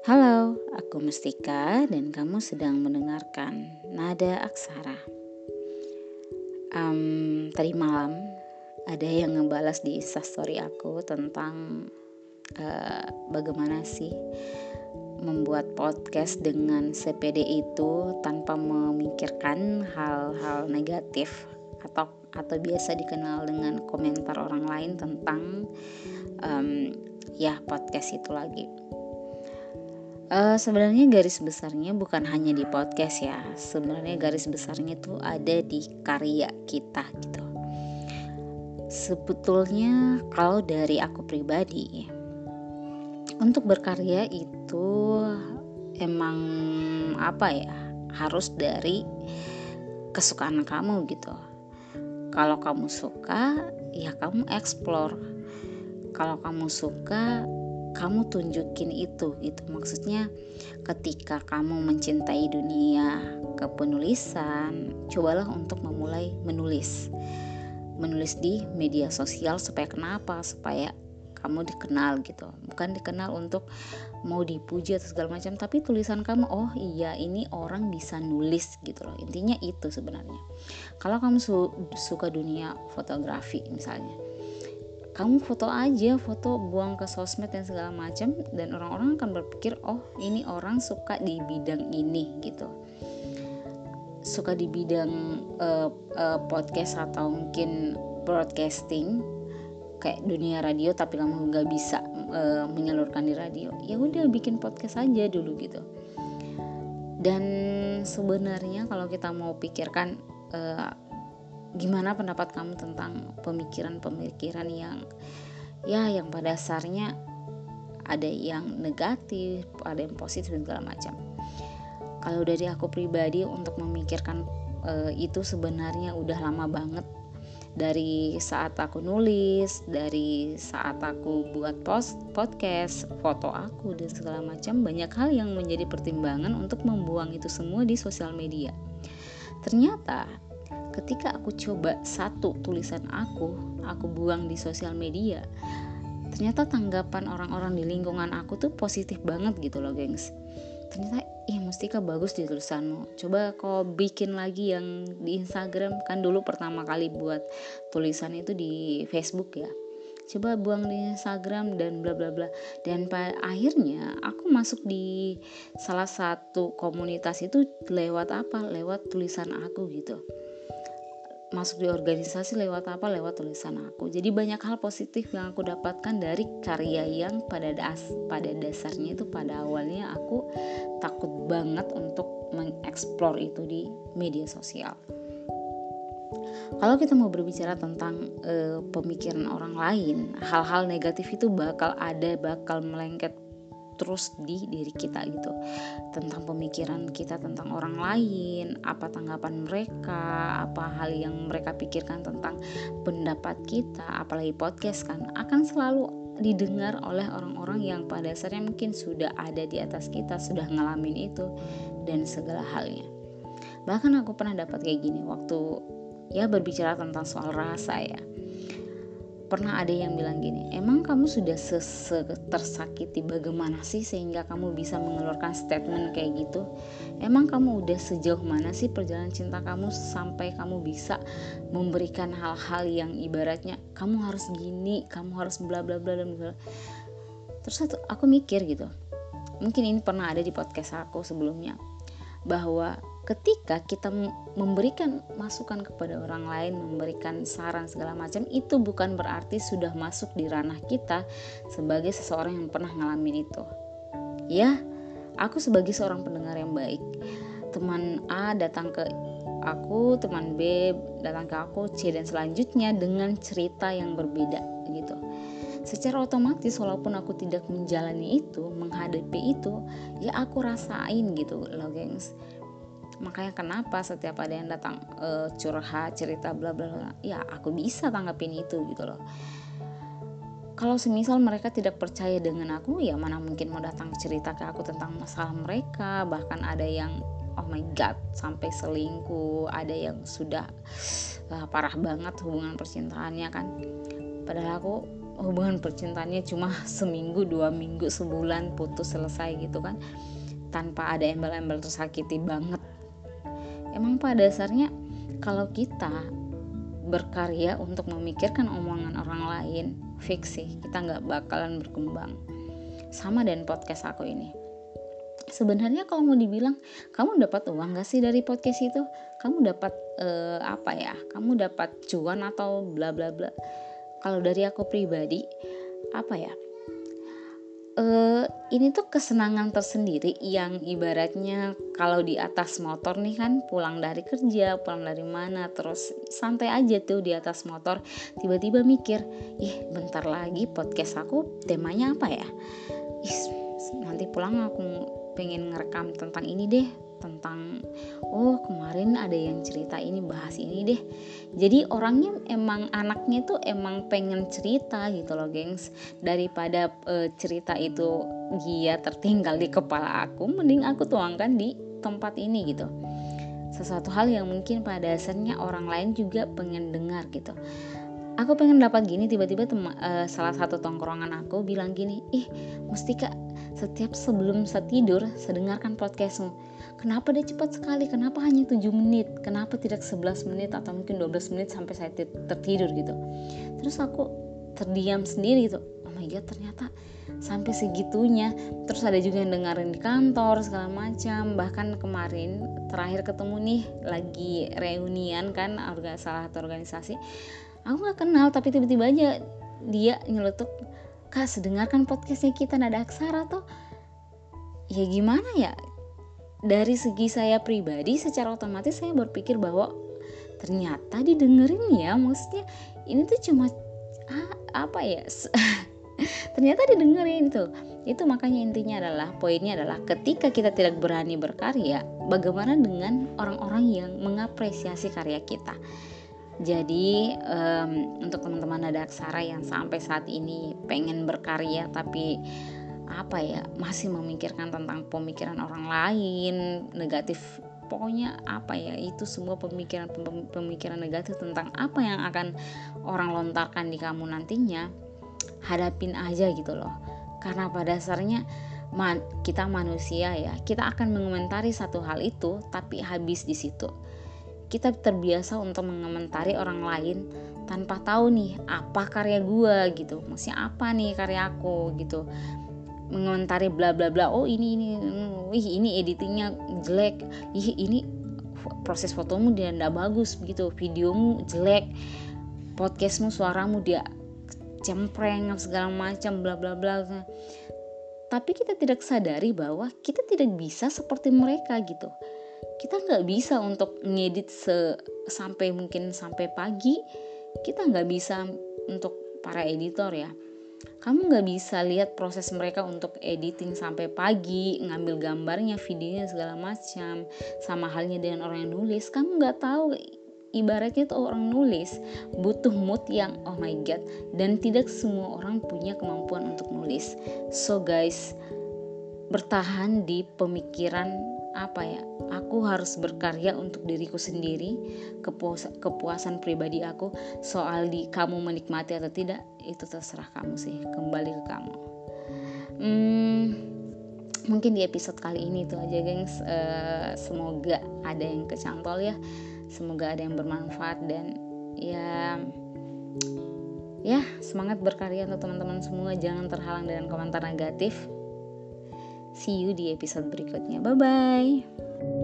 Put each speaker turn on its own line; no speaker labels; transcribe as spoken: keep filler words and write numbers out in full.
Halo, aku Mustika dan kamu sedang mendengarkan Nada Aksara. Um, tadi malam ada yang ngebalas di instastory aku tentang uh, bagaimana sih membuat podcast dengan sepede itu tanpa memikirkan hal-hal negatif atau atau biasa dikenal dengan komentar orang lain tentang um, ya podcast itu lagi. Uh, sebenarnya garis besarnya bukan hanya di podcast ya. Sebenarnya garis besarnya itu ada di karya kita gitu. Sebetulnya kalau dari aku pribadi, untuk berkarya itu emang apa ya, harus dari kesukaan kamu gitu. Kalau kamu suka, ya kamu explore. Kalau kamu suka, kamu tunjukin itu gitu. Maksudnya ketika kamu mencintai dunia kepenulisan, cobalah untuk memulai menulis menulis di media sosial. Supaya kenapa? Supaya kamu dikenal gitu. Bukan dikenal untuk mau dipuji atau segala macam, tapi tulisan kamu, oh iya ini orang bisa nulis gitu loh. Intinya itu sebenarnya. Kalau kamu su- suka dunia fotografi misalnya, kamu foto aja, foto buang ke sosmed dan segala macam, dan orang-orang akan berpikir, oh ini orang suka di bidang ini gitu, suka di bidang uh, uh, podcast atau mungkin broadcasting kayak dunia radio, tapi kamu nggak bisa uh, menyalurkan di radio, ya udah bikin podcast aja dulu gitu. Dan sebenarnya kalau kita mau pikirkan uh, gimana pendapat kamu tentang pemikiran-pemikiran yang ya yang pada dasarnya ada yang negatif, ada yang positif dan segala macam. Kalau dari aku pribadi untuk memikirkan e, itu sebenarnya udah lama banget. Dari saat aku nulis, dari saat aku buat post podcast, foto aku dan segala macam, banyak hal yang menjadi pertimbangan untuk membuang itu semua di sosial media. Ternyata ketika aku coba satu tulisan aku, aku buang di sosial media, ternyata tanggapan orang-orang di lingkungan aku tuh positif banget gitu loh gengs. Ternyata, ih Mustika bagus di tulisanmu, coba kau bikin lagi yang di Instagram. Kan dulu pertama kali buat tulisan itu di Facebook ya, coba buang di Instagram dan bla bla bla. Dan pada akhirnya aku masuk di salah satu komunitas itu lewat apa? Lewat tulisan aku gitu. Masuk di organisasi lewat apa? Lewat tulisan aku. Jadi banyak hal positif yang aku dapatkan dari karya yang pada das pada dasarnya itu pada awalnya aku takut banget untuk mengeksplor itu di media sosial. Kalau kita mau berbicara tentang e, pemikiran orang lain, hal-hal negatif itu bakal ada, bakal melengket terus di diri kita gitu, tentang pemikiran kita tentang orang lain, apa tanggapan mereka, apa hal yang mereka pikirkan tentang pendapat kita. Apalagi podcast kan akan selalu didengar oleh orang-orang yang pada dasarnya mungkin sudah ada di atas kita, sudah ngalamin itu dan segala halnya. Bahkan aku pernah dapat kayak gini waktu ya berbicara tentang soal rasa ya. Pernah ada yang bilang gini, emang kamu sudah tersakiti bagaimana sih sehingga kamu bisa mengeluarkan statement kayak gitu? Emang kamu udah sejauh mana sih perjalanan cinta kamu sampai kamu bisa memberikan hal-hal yang ibaratnya kamu harus gini, kamu harus bla bla bla bla. Terus aku mikir gitu, mungkin ini pernah ada di podcast aku sebelumnya, bahwa ketika kita memberikan masukan kepada orang lain, memberikan saran segala macam, itu bukan berarti sudah masuk di ranah kita sebagai seseorang yang pernah ngalamin itu. Ya, aku sebagai seorang pendengar yang baik, teman A datang ke aku, teman B datang ke aku, C dan selanjutnya dengan cerita yang berbeda gitu. Secara otomatis walaupun aku tidak menjalani itu, menghadapi itu, ya aku rasain gitu loh gengs. Makanya kenapa setiap ada yang datang e, curhat, cerita bla bla bla, ya aku bisa tanggapin itu gitu loh. Kalau semisal mereka tidak percaya dengan aku, ya mana mungkin mau datang cerita ke aku tentang masalah mereka. Bahkan ada yang oh my god sampai selingkuh, ada yang sudah uh, parah banget hubungan percintaannya kan. Padahal aku hubungan percintaannya cuma seminggu, dua minggu, sebulan putus selesai gitu kan, tanpa ada embel-embel tersakiti banget. Emang pada dasarnya kalau kita berkarya untuk memikirkan omongan orang lain, fix sih kita nggak bakalan berkembang. Sama dengan podcast aku ini. Sebenarnya kalau mau dibilang, kamu dapat uang gak sih dari podcast itu? Kamu dapat eh, apa ya? Kamu dapat cuan atau bla bla bla? Kalau dari aku pribadi, apa ya? Eh, ini tuh kesenangan tersendiri yang ibaratnya kalau di atas motor nih kan, pulang dari kerja, pulang dari mana, terus santai aja tuh di atas motor, tiba-tiba mikir, ih bentar lagi podcast aku temanya apa ya? Ih, nanti pulang aku pengen ngerekam tentang ini deh, tentang oh kemarin ada yang cerita ini, bahas ini deh. Jadi orangnya emang anaknya tuh emang pengen cerita gitu loh gengs. Daripada e, cerita itu dia tertinggal di kepala aku, mending aku tuangkan di tempat ini gitu. Sesuatu hal yang mungkin pada dasarnya orang lain juga pengen dengar gitu. Aku pengen dapat gini, tiba-tiba tema, uh, salah satu tongkrongan aku bilang gini, ih Mustika, setiap sebelum saya tidur saya dengarkan podcastmu. Kenapa dia cepat sekali? Kenapa hanya tujuh menit? Kenapa tidak sebelas menit atau mungkin dua belas menit sampai saya tertidur gitu? Terus aku terdiam sendiri gitu. Oh my god, ternyata sampai segitunya. Terus ada juga yang dengerin di kantor segala macam. Bahkan kemarin terakhir ketemu nih lagi reunian kan, salah satu organisasi. Aku gak kenal tapi tiba-tiba aja dia nyeletuk, Kak sedengarkan podcastnya kita Nada Aksara tuh. Ya gimana ya, dari segi saya pribadi secara otomatis saya berpikir bahwa ternyata didengerin ya. Maksudnya ini tuh cuma ah, apa ya ternyata didengerin tuh. Itu makanya intinya adalah, poinnya adalah ketika kita tidak berani berkarya, bagaimana dengan orang-orang yang mengapresiasi karya kita. Jadi um, untuk teman-teman Nada Aksara yang sampai saat ini pengen berkarya tapi apa ya masih memikirkan tentang pemikiran orang lain, negatif, pokoknya apa ya itu semua pemikiran pemikiran negatif tentang apa yang akan orang lontarkan di kamu nantinya, hadapin aja gitu loh. Karena pada dasarnya man, kita manusia ya, kita akan mengomentari satu hal itu tapi habis di situ. Kita terbiasa untuk mengomentari orang lain tanpa tahu nih apa karya gue gitu, maksudnya apa nih karya aku gitu, mengomentari bla bla bla, oh ini ini wih ini editingnya jelek, ih ini proses fotomu dia nggak bagus begitu, videomu jelek, podcastmu suaramu dia cempreng segala macam bla bla bla. Tapi kita tidak sadari bahwa kita tidak bisa seperti mereka gitu. Kita nggak bisa untuk ngedit se- sampai mungkin sampai pagi. Kita nggak bisa untuk para editor ya. Kamu nggak bisa lihat proses mereka untuk editing sampai pagi, ngambil gambarnya, videonya segala macam. Sama halnya dengan orang yang nulis, kamu nggak tahu. Ibaratnya tuh orang nulis butuh mood yang oh my god, dan tidak semua orang punya kemampuan untuk nulis. So guys, bertahan di pemikiran apa ya, aku harus berkarya untuk diriku sendiri, kepuas- kepuasan pribadi aku. Soal di kamu menikmati atau tidak, itu terserah kamu sih, kembali ke kamu. hmm, mungkin di episode kali ini itu aja gengs. Uh, semoga ada yang kecantol ya, semoga ada yang bermanfaat, dan ya ya semangat berkarya untuk teman-teman semua. Jangan terhalang dengan komentar negatif. See you di episode berikutnya. Bye bye.